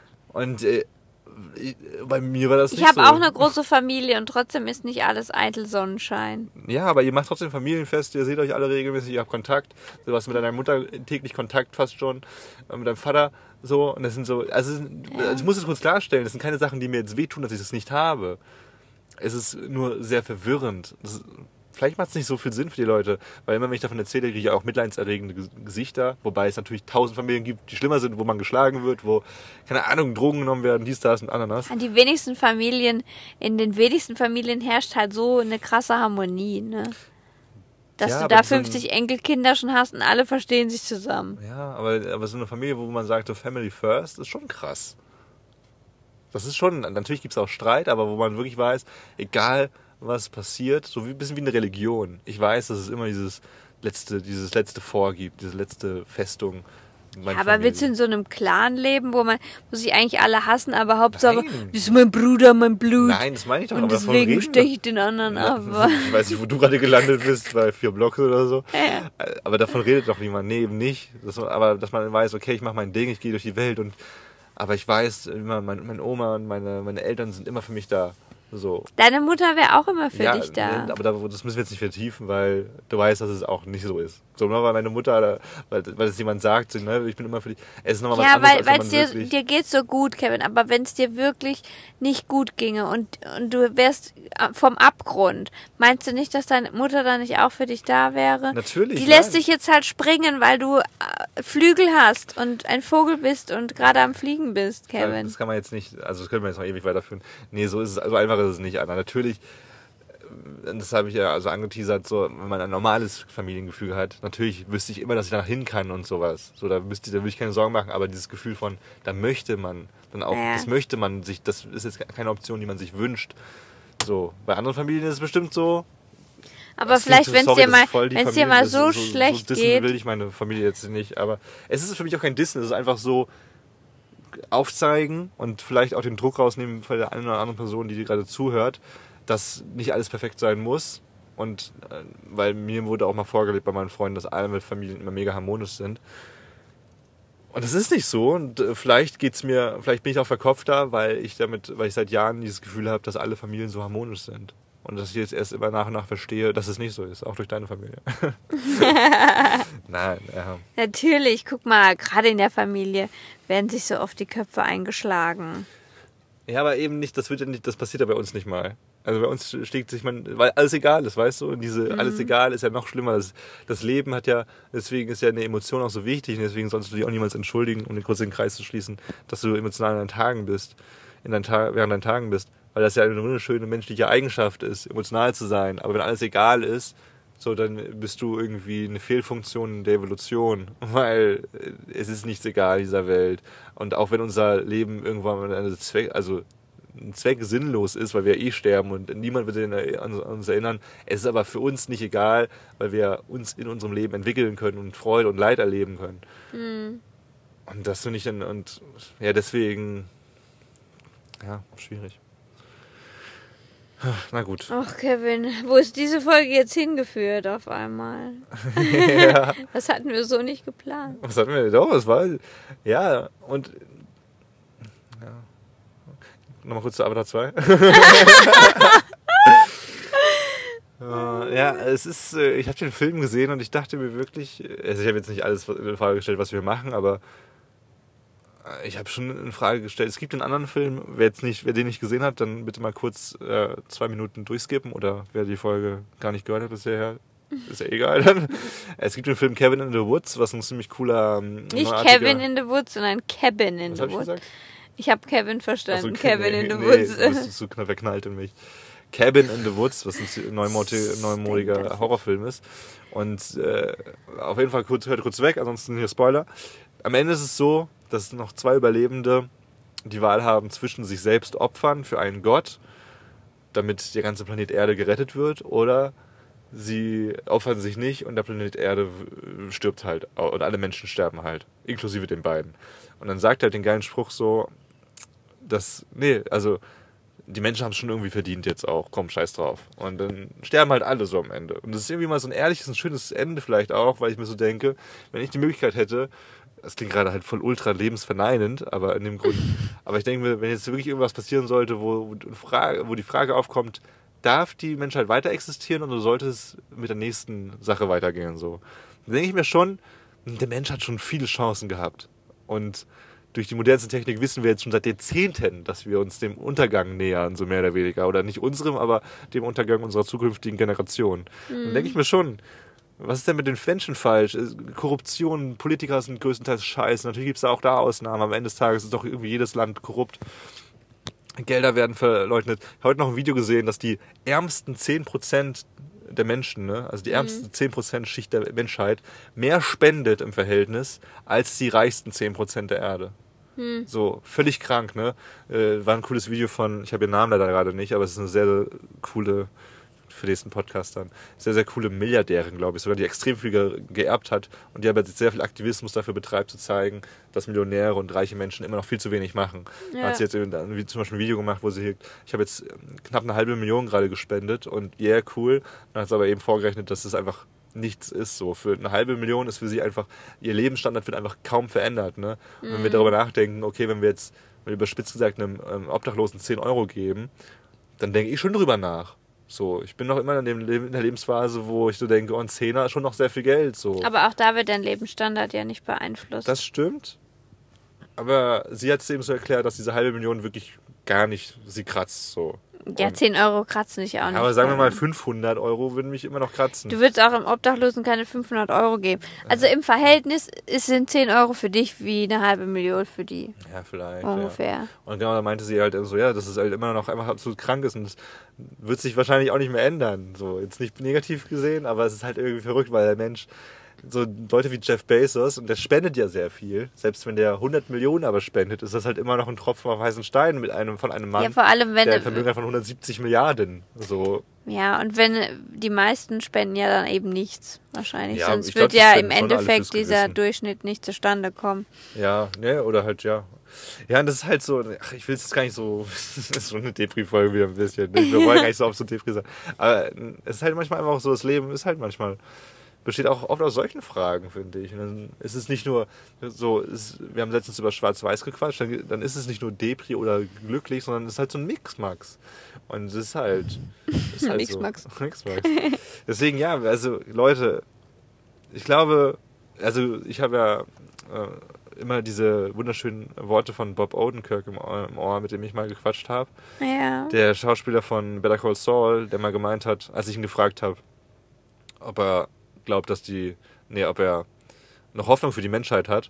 bei mir war das nicht so. Ich habe auch eine große Familie und trotzdem ist nicht alles eitel Sonnenschein. Ja, aber ihr macht trotzdem Familienfest, ihr seht euch alle regelmäßig, ihr habt Kontakt. Du hast mit deiner Mutter täglich Kontakt fast schon, mit deinem Vater so. Und das sind so, ich muss es kurz klarstellen, das sind keine Sachen, die mir jetzt wehtun, dass ich das nicht habe. Es ist nur sehr verwirrend. Vielleicht macht es nicht so viel Sinn für die Leute, weil immer wenn ich davon erzähle, kriege ich auch mitleidserregende Gesichter, wobei es natürlich 1000 Familien gibt, die schlimmer sind, wo man geschlagen wird, wo, keine Ahnung, Drogen genommen werden, dies, das und Ananas. In den wenigsten Familien herrscht halt so eine krasse Harmonie, ne? Dass du da 50 Enkelkinder schon hast und alle verstehen sich zusammen. Ja, aber so eine Familie, wo man sagt, so Family First, ist schon krass. Das ist schon, natürlich gibt es auch Streit, aber wo man wirklich weiß, egal was passiert, so ein bisschen wie eine Religion. Ich weiß, dass es immer dieses letzte vorgibt, diese letzte Festung. Ja, aber willst du in so einem Clan leben, wo sich eigentlich alle hassen, aber Hauptsache, das ist mein Bruder, mein Blut. Nein, das meine ich doch. Und deswegen steche ich den anderen ab. Ich weiß nicht, wo du gerade gelandet bist, bei 4 Blocks oder so. Ja. Aber davon redet doch niemand. Nee, eben nicht. Aber dass man weiß, okay, ich mache mein Ding, ich gehe durch die Welt. Aber ich weiß, immer meine Oma und meine Eltern sind immer für mich da. So. Deine Mutter wäre auch immer für Ja, dich da. ne, aber das müssen wir jetzt nicht vertiefen, weil du weißt, dass es auch nicht so ist. So, nur weil meine Mutter, weil es jemand sagt, so, ne, ich bin immer für dich. Es ist nochmal was Ja, anderes, weil als es wenn man wirklich... dir geht so gut, Kevin, aber wenn es dir wirklich nicht gut ginge und du wärst vom Abgrund, meinst du nicht, dass deine Mutter dann nicht auch für dich da wäre? Natürlich, Die lässt nein. dich jetzt halt springen, weil du Flügel hast und ein Vogel bist und gerade am Fliegen bist, Kevin. Das kann man jetzt nicht, also das können wir jetzt noch ewig weiterführen. Nee, so ist es, also einfach ist es nicht, Anna. Natürlich, das habe ich ja also angeteasert, so, wenn man ein normales Familiengefüge hat, natürlich wüsste ich immer, dass ich danach hin kann und sowas. So, da würde ich keine Sorgen machen, aber dieses Gefühl von, da möchte man dann auch, das möchte man sich, das ist jetzt keine Option, die man sich wünscht. So, bei anderen Familien ist es bestimmt so. Aber vielleicht, wenn es dir mal so schlecht so geht. Will ich meine Familie jetzt nicht, aber es ist für mich auch kein Dissen, es ist einfach so aufzeigen und vielleicht auch den Druck rausnehmen von der einen oder anderen Person, die dir gerade zuhört, dass nicht alles perfekt sein muss. Und weil mir wurde auch mal vorgelebt bei meinen Freunden, dass alle mit Familien immer mega harmonisch sind. Und das ist nicht so. Und vielleicht bin ich auch verkopfter, weil ich seit Jahren dieses Gefühl habe, dass alle Familien so harmonisch sind. Und dass ich jetzt erst immer nach und nach verstehe, dass es nicht so ist, auch durch deine Familie. Nein, ja. Natürlich, guck mal, gerade in der Familie werden sich so oft die Köpfe eingeschlagen. Ja, aber eben nicht, das passiert ja bei uns nicht mal. Also bei uns schlägt sich weil alles egal ist, weißt du? Und alles egal ist ja noch schlimmer. Das Leben hat ja, deswegen ist ja eine Emotion auch so wichtig und deswegen sollst du dich auch niemals entschuldigen, um den kurzen Kreis zu schließen, dass du emotional in deinen Tagen bist, während deinen Tagen bist. Weil das ja eine wunderschöne menschliche Eigenschaft ist, emotional zu sein. Aber wenn alles egal ist, so, dann bist du irgendwie eine Fehlfunktion in der Evolution, weil es ist nichts egal in dieser Welt. Und auch wenn unser Leben irgendwann ein Zweck sinnlos ist, weil wir eh sterben und niemand wird an uns erinnern, es ist aber für uns nicht egal, weil wir uns in unserem Leben entwickeln können und Freude und Leid erleben können. Mhm. Und das finde ich deswegen, schwierig. Na gut. Ach, Kevin, wo ist diese Folge jetzt hingeführt auf einmal? Ja. Das hatten wir so nicht geplant. Was hatten wir? Doch, es war... Ja, und... Ja. Nochmal kurz zu Avatar 2. Ja, es ist... Ich habe den Film gesehen und ich dachte mir wirklich... Also ich habe jetzt nicht alles in Frage gestellt, was wir machen, aber... Ich habe schon in Frage gestellt, es gibt einen anderen Film, wer den nicht gesehen hat, dann bitte mal kurz 2 Minuten durchskippen oder wer die Folge gar nicht gehört hat bisher, ist ja egal dann. Es gibt den Film Cabin in the Woods, was ein ziemlich cooler... Nicht Cabin in the Woods, sondern Cabin in the Woods. Ich habe Kevin verstanden, also, Cabin in the Woods. Du bist zu knapp verknallt in mich. Cabin in the Woods, was ein neumodiger Horrorfilm ist. Und auf jeden Fall hört kurz weg, ansonsten hier Spoiler. Am Ende ist es so, dass noch 2 Überlebende die Wahl haben zwischen sich selbst opfern für einen Gott, damit der ganze Planet Erde gerettet wird, oder sie opfern sich nicht und der Planet Erde stirbt halt und alle Menschen sterben halt, inklusive den beiden. Und dann sagt er halt den geilen Spruch so, die Menschen haben es schon irgendwie verdient jetzt auch, komm, scheiß drauf. Und dann sterben halt alle so am Ende. Und das ist irgendwie mal so ein ehrliches, ein schönes Ende vielleicht auch, weil ich mir so denke, wenn ich die Möglichkeit hätte, das klingt gerade halt voll ultra lebensverneinend, aber in dem Grund, aber ich denke mir, wenn jetzt wirklich irgendwas passieren sollte, wo die Frage aufkommt, darf die Menschheit weiter existieren oder sollte es mit der nächsten Sache weitergehen, so. Dann denke ich mir schon, der Mensch hat schon viele Chancen gehabt. Und durch die modernste Technik wissen wir jetzt schon seit Jahrzehnten, dass wir uns dem Untergang nähern, so mehr oder weniger. Oder nicht unserem, aber dem Untergang unserer zukünftigen Generation. Dann denke ich mir schon, was ist denn mit den Menschen falsch? Korruption, Politiker sind größtenteils scheiße. Natürlich gibt es auch da Ausnahmen. Am Ende des Tages ist doch irgendwie jedes Land korrupt. Gelder werden verleugnet. Ich habe heute noch ein Video gesehen, dass die ärmsten 10% der Menschen, ne, also die ärmsten 10% Schicht der Menschheit, mehr spendet im Verhältnis als die reichsten 10% der Erde. So, völlig krank, ne? War ein cooles Video von, ich habe ihren Namen leider gerade nicht, aber es ist eine sehr, sehr coole, für nächsten Podcast dann, sehr, sehr coole Milliardärin, glaube ich, sogar, die extrem viel geerbt hat und die aber jetzt sehr viel Aktivismus dafür betreibt, zu zeigen, dass Millionäre und reiche Menschen immer noch viel zu wenig machen. Ja. Da hat sie jetzt wie zum Beispiel ein Video gemacht, wo sie, ich habe jetzt knapp 500.000 gerade gespendet und cool. Dann hat sie aber eben vorgerechnet, dass es einfach nichts ist so. Für 500.000 ist für sie einfach, ihr Lebensstandard wird einfach kaum verändert. Ne? Und wenn wir darüber nachdenken, okay, wenn wir überspitzt gesagt einem Obdachlosen 10 Euro geben, dann denke ich schon drüber nach. So, ich bin noch immer in der Lebensphase, wo ich so denke, ein Zehner ist schon noch sehr viel Geld. So. Aber auch da wird dein Lebensstandard ja nicht beeinflusst. Das stimmt. Aber sie hat es eben so erklärt, dass diese 500.000 wirklich gar nicht sie kratzt. So. Ja, 10 Euro kratzen dich auch nicht. Aber sagen wir mal, 500 Euro würden mich immer noch kratzen. Du würdest auch im Obdachlosen keine 500 Euro geben. Also im Verhältnis sind 10 Euro für dich wie eine 500.000 für die. Ja, vielleicht. Ungefähr. Ja. Und genau, da meinte sie halt so, ja, dass es halt immer noch einfach absolut krank ist und das wird sich wahrscheinlich auch nicht mehr ändern. So, jetzt nicht negativ gesehen, aber es ist halt irgendwie verrückt, weil der Mensch, so Leute wie Jeff Bezos, und der spendet ja sehr viel, selbst wenn der 100 Millionen aber spendet, ist das halt immer noch ein Tropfen auf heißen Stein von einem Mann, Ja, vor allem, wenn der ein Vermögen hat von 170 Milliarden. So. Ja, und wenn die meisten spenden ja dann eben nichts wahrscheinlich. Ja, Sonst ich wird glaub, ja die im spenden schon alle Endeffekt fürs dieser Gewissen. Durchschnitt nicht zustande kommen. Ja, ne, oder halt, ja. Ja, und das ist halt so, ach, ich will es jetzt gar nicht so, das ist so eine Depri-Folge wieder ein bisschen, ne? Wir wollen gar nicht so oft so Depri sein. Aber es ist halt manchmal einfach auch so, das Leben ist halt manchmal, besteht auch oft aus solchen Fragen, finde ich. Und dann ist es nicht nur so, wir haben letztens über Schwarz-Weiß gequatscht, dann ist es nicht nur Depri oder glücklich, sondern es ist halt so ein Mix-Max. Und es ist halt so. Mix-Max. Mix-Max. Deswegen, ja, also Leute, ich glaube, also ich habe ja immer diese wunderschönen Worte von Bob Odenkirk im Ohr, mit dem ich mal gequatscht habe. Ja. Der Schauspieler von Better Call Saul, der mal gemeint hat, als ich ihn gefragt habe, ob er glaubt, ob er noch Hoffnung für die Menschheit hat.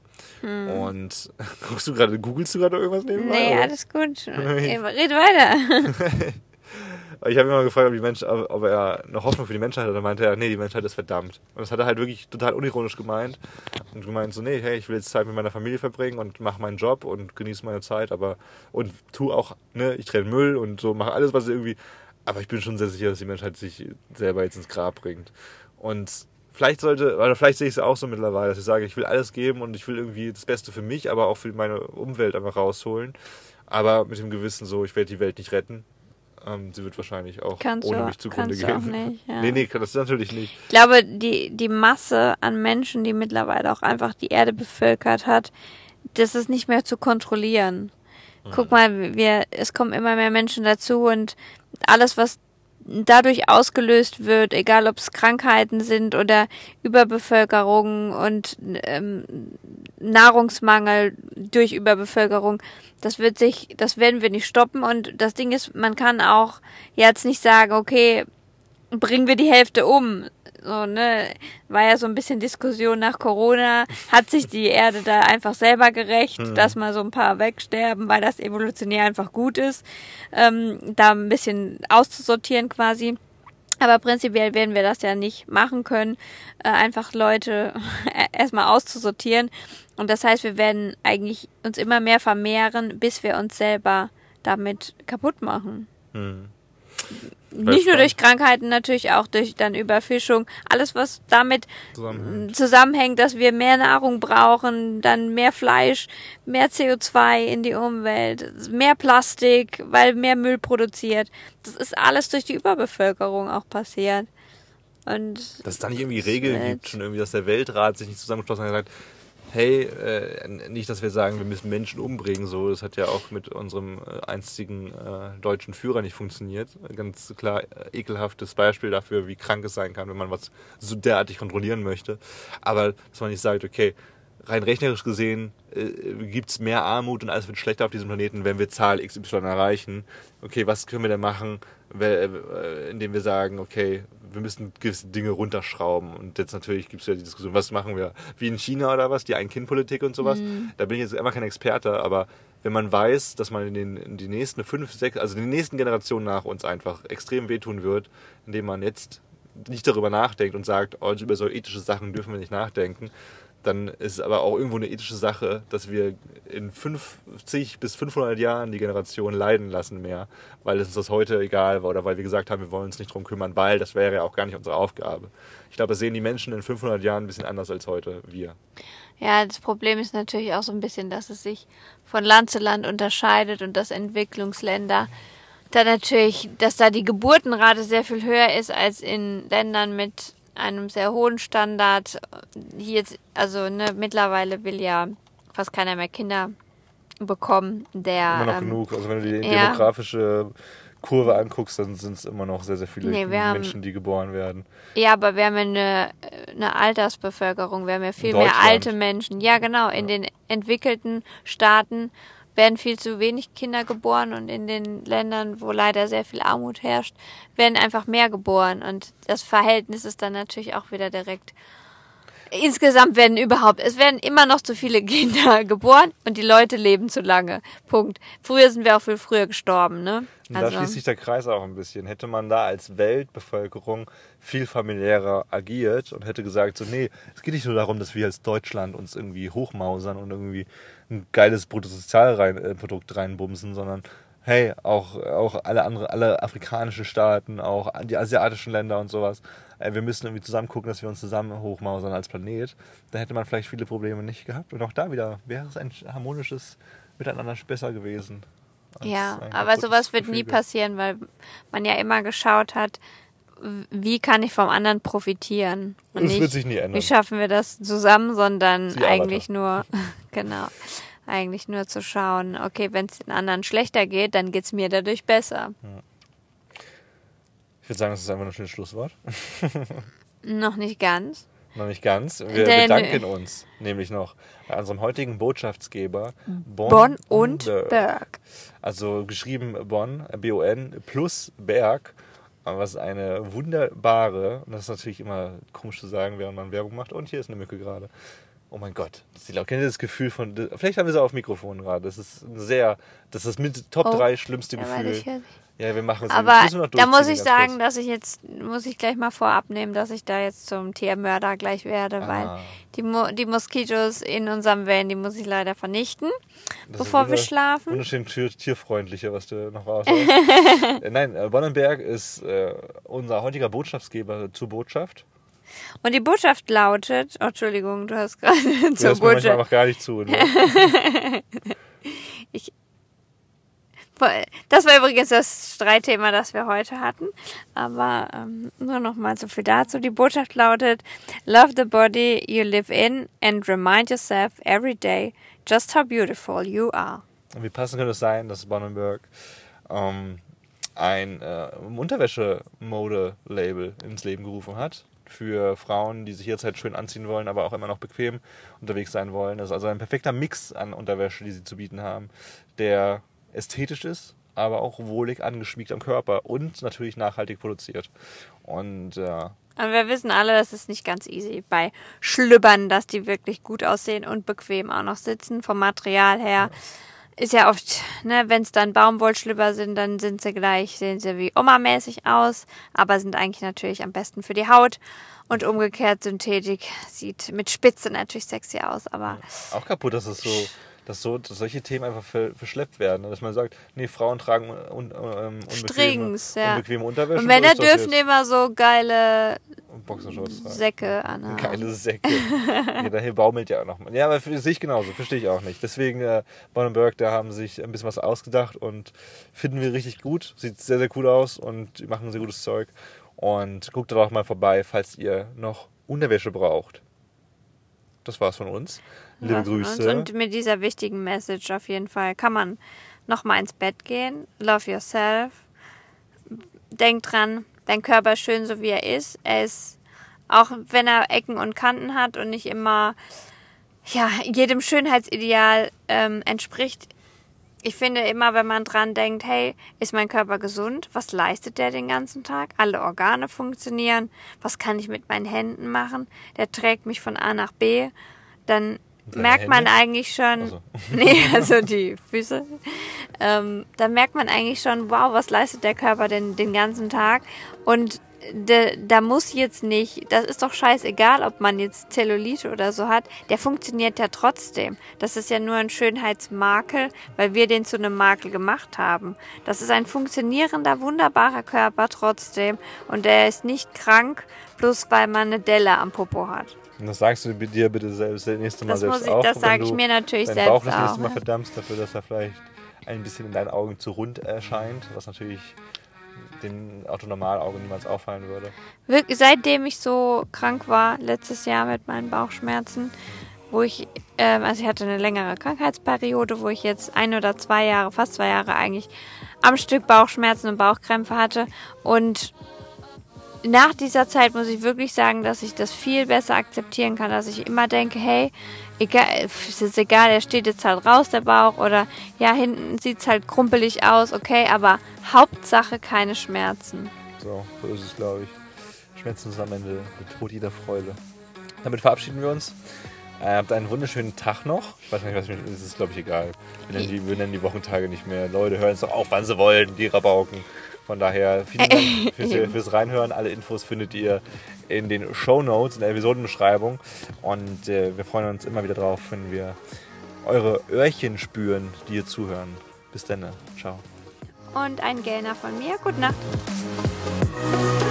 Und googelst du gerade irgendwas nebenbei? Nee, oder? alles gut. Red weiter. Ich habe ihn mal gefragt, ob er noch Hoffnung für die Menschheit hat. Dann meinte er, nee, die Menschheit ist verdammt. Und das hat er halt wirklich total unironisch gemeint. Und gemeint so, nee, hey, ich will jetzt Zeit mit meiner Familie verbringen und mache meinen Job und genieße meine Zeit, und tu auch, ne, ich trenne Müll und so, mache alles, was irgendwie. Aber ich bin schon sehr sicher, dass die Menschheit sich selber jetzt ins Grab bringt. Und vielleicht sehe ich es auch so mittlerweile, dass ich sage, ich will alles geben und ich will irgendwie das Beste für mich, aber auch für meine Umwelt einfach rausholen. Aber mit dem Gewissen so, ich werde die Welt nicht retten. Sie wird wahrscheinlich auch ohne mich zugrunde gehen. Kannst du auch nicht, ja. Nee, das ist natürlich nicht. Ich glaube, die Masse an Menschen, die mittlerweile auch einfach die Erde bevölkert hat, das ist nicht mehr zu kontrollieren. Guck mal, es kommen immer mehr Menschen dazu und alles, was dadurch ausgelöst wird, egal ob es Krankheiten sind oder Überbevölkerung und Nahrungsmangel durch Überbevölkerung, das werden wir nicht stoppen. Und das Ding ist, man kann auch jetzt nicht sagen, okay, bringen wir die Hälfte um. So, ne, war ja so ein bisschen Diskussion nach Corona, hat sich die Erde da einfach selber gerecht, dass mal so ein paar wegsterben, weil das evolutionär einfach gut ist, da ein bisschen auszusortieren quasi. Aber prinzipiell werden wir das ja nicht machen können, einfach Leute erstmal auszusortieren. Und das heißt, wir werden eigentlich uns immer mehr vermehren, bis wir uns selber damit kaputt machen. Nicht nur durch Krankheiten, natürlich auch durch dann Überfischung. Alles, was damit zusammenhängt, dass wir mehr Nahrung brauchen, dann mehr Fleisch, mehr CO2 in die Umwelt, mehr Plastik, weil mehr Müll produziert. Das ist alles durch die Überbevölkerung auch passiert. Und dass es da nicht irgendwie Regeln gibt, schon irgendwie, dass der Weltrat sich nicht zusammengeschlossen hat und gesagt, hey, nicht, dass wir sagen, wir müssen Menschen umbringen, so, das hat ja auch mit unserem einstigen deutschen Führer nicht funktioniert. Ganz klar, ekelhaftes Beispiel dafür, wie krank es sein kann, wenn man was so derartig kontrollieren möchte. Aber, dass man nicht sagt, okay, rein rechnerisch gesehen gibt es mehr Armut und alles wird schlechter auf diesem Planeten, wenn wir Zahl XY erreichen. Okay, was können wir denn machen, indem wir sagen, okay, wir müssen gewisse Dinge runterschrauben. Und jetzt natürlich gibt es ja die Diskussion, was machen wir? Wie in China oder was? Die Ein-Kind-Politik und sowas. Da bin ich jetzt einfach kein Experte, aber wenn man weiß, dass man in die nächsten 5, 6, also die nächsten Generationen nach uns einfach extrem wehtun wird, indem man jetzt nicht darüber nachdenkt und sagt, oh, über so ethische Sachen dürfen wir nicht nachdenken, dann ist es aber auch irgendwo eine ethische Sache, dass wir in 50 bis 500 Jahren die Generation leiden lassen mehr, weil es uns das heute egal war oder weil wir gesagt haben, wir wollen uns nicht drum kümmern, weil das wäre ja auch gar nicht unsere Aufgabe. Ich glaube, das sehen die Menschen in 500 Jahren ein bisschen anders als heute wir. ja, das Problem ist natürlich auch so ein bisschen, dass es sich von Land zu Land unterscheidet und dass Entwicklungsländer da natürlich, dass da die Geburtenrate sehr viel höher ist als in Ländern mit einem sehr hohen Standard. Hier jetzt, also mittlerweile will ja fast keiner mehr Kinder bekommen. Immer noch genug. Also wenn du die demografische Kurve anguckst, dann sind es immer noch sehr, sehr viele Menschen, die geboren werden. Ja, aber wir haben ja eine Altersbevölkerung, wir haben ja viel mehr alte Menschen. Ja, genau, in den entwickelten Staaten werden viel zu wenig Kinder geboren und in den Ländern, wo leider sehr viel Armut herrscht, werden einfach mehr geboren und das Verhältnis ist dann natürlich auch wieder direkt. Insgesamt es werden immer noch zu viele Kinder geboren und die Leute leben zu lange. Punkt. Früher sind wir auch viel früher gestorben, ne? Und da schließt sich der Kreis auch ein bisschen. Hätte man da als Weltbevölkerung viel familiärer agiert und hätte gesagt, so nee, es geht nicht nur darum, dass wir als Deutschland uns irgendwie hochmausern und irgendwie ein geiles Bruttosozialprodukt reinbumsen, sondern hey, auch alle afrikanischen Staaten, auch die asiatischen Länder und sowas, wir müssen irgendwie zusammen gucken, dass wir uns zusammen hochmausern als Planet. Da hätte man vielleicht viele Probleme nicht gehabt und auch da wieder wäre es ein harmonisches Miteinander besser gewesen. Ja, aber sowas wird nie passieren, weil man ja immer geschaut hat, wie kann ich vom anderen profitieren? Und das nicht, wird sich nie ändern. Wie schaffen wir das zusammen, sondern eigentlich nur, genau, eigentlich nur zu schauen, okay, wenn es den anderen schlechter geht, dann geht es mir dadurch besser. Ja. Ich würde sagen, das ist einfach ein schönes Schlusswort. Noch nicht ganz. Noch nicht ganz. Wir bedanken uns nämlich noch bei unserem heutigen Botschaftsgeber Bonn und Berg. Also geschrieben Bonn, B-O-N, plus Berg. Was eine wunderbare, und das ist natürlich immer komisch zu sagen, während man Werbung macht. Und hier ist eine Mücke gerade. Oh mein Gott. Kennt ihr das Gefühl von, vielleicht haben wir sie auf Mikrofon gerade. Das ist das mit Top 3 schlimmste Gefühl. Ja, wir machen es. Aber da muss ich sagen, muss ich gleich mal vorab nehmen, dass ich da jetzt zum Tiermörder gleich werde, weil die Moskitos in unserem Van, die muss ich leider vernichten, bevor wir schlafen. Wunderschön tierfreundlicher, was du noch raushast. Nein, Bonnenberg ist unser heutiger Botschaftsgeber zur Botschaft. Und die Botschaft lautet, Entschuldigung, du hast gerade zur Botschaft. Mir einfach gar nicht zu. Ne? Das war übrigens das Streitthema, das wir heute hatten. Aber nur noch mal so viel dazu. Die Botschaft lautet: Love the body you live in and remind yourself every day just how beautiful you are. Und wie passend könnte es sein, dass Bonnenberg ein Unterwäsche-Mode-Label ins Leben gerufen hat. Für Frauen, die sich jederzeit schön anziehen wollen, aber auch immer noch bequem unterwegs sein wollen. Das ist also ein perfekter Mix an Unterwäsche, die sie zu bieten haben, der ästhetisch ist, aber auch wohlig angeschmiegt am Körper und natürlich nachhaltig produziert. Und aber wir wissen alle, das ist nicht ganz easy bei Schlüppern, dass die wirklich gut aussehen und bequem auch noch sitzen. Vom Material her ist ja oft, ne, wenn es dann Baumwollschlüpper sind, dann sehen sie wie Oma-mäßig aus, aber sind eigentlich natürlich am besten für die Haut. Und umgekehrt, Synthetik sieht mit Spitze natürlich sexy aus, aber auch kaputt, dass solche Themen einfach verschleppt werden. Dass man sagt, nee, Frauen tragen unbequeme Unterwäsche. Und Männer dürfen immer so geile Boxershorts tragen. Säcke anhaben. Geile Säcke. Ja, daher baumelt ja auch noch mal. Ja, aber sehe ich genauso. Verstehe ich auch nicht. Deswegen, Bonnenberg, da haben sich ein bisschen was ausgedacht und finden wir richtig gut. Sieht sehr, sehr cool aus und machen sehr gutes Zeug. Und guckt da doch mal vorbei, falls ihr noch Unterwäsche braucht. Das war's von uns. Liebe Grüße. Und mit dieser wichtigen Message auf jeden Fall kann man nochmal ins Bett gehen. Love yourself. Denk dran, dein Körper ist schön, so wie er ist. Er ist, auch wenn er Ecken und Kanten hat und nicht immer jedem Schönheitsideal entspricht. Ich finde immer, wenn man dran denkt, hey, ist mein Körper gesund? Was leistet der den ganzen Tag? Alle Organe funktionieren. Was kann ich mit meinen Händen machen? Der trägt mich von A nach B. Dann merkt man eigentlich schon, also die Füße, dann merkt man eigentlich schon, wow, was leistet der Körper denn den ganzen Tag? Und da muss jetzt nicht, das ist doch scheißegal, ob man jetzt Zellulite oder so hat, der funktioniert ja trotzdem. Das ist ja nur ein Schönheitsmakel, weil wir den zu einem Makel gemacht haben. Das ist ein funktionierender, wunderbarer Körper trotzdem und der ist nicht krank, bloß weil man eine Delle am Popo hat. Und das sagst du dir bitte selbst das nächste Mal selbst auch. Das sage ich mir natürlich selbst auch. Bauch das nächste Mal verdammst dafür, dass er vielleicht ein bisschen in deinen Augen zu rund erscheint, was natürlich den Autonormalaugen niemals auffallen würde. Seitdem ich so krank war, letztes Jahr mit meinen Bauchschmerzen, wo ich hatte eine längere Krankheitsperiode, wo ich jetzt 1 oder 2 Jahre, fast 2 Jahre eigentlich am Stück Bauchschmerzen und Bauchkrämpfe hatte. Und nach dieser Zeit muss ich wirklich sagen, dass ich das viel besser akzeptieren kann, dass ich immer denke, hey, egal, es ist egal, der steht jetzt halt raus, der Bauch, oder ja, hinten sieht es halt krumpelig aus, okay, aber Hauptsache keine Schmerzen. So ist es, glaube ich. Schmerzen sind am Ende der Tod jeder Freude. Damit verabschieden wir uns. Habt einen wunderschönen Tag noch. Ich weiß nicht, es ist, glaube ich, egal. Wir nennen die Wochentage nicht mehr. Leute hören es doch auf, wann sie wollen, die Rabauken. Von daher vielen Dank fürs Reinhören. Alle Infos findet ihr in den Shownotes, in der Episodenbeschreibung. Und wir freuen uns immer wieder drauf, wenn wir eure Öhrchen spüren, die ihr zuhören. Bis dann. Ciao. Und ein Gellner von mir. Gute Nacht.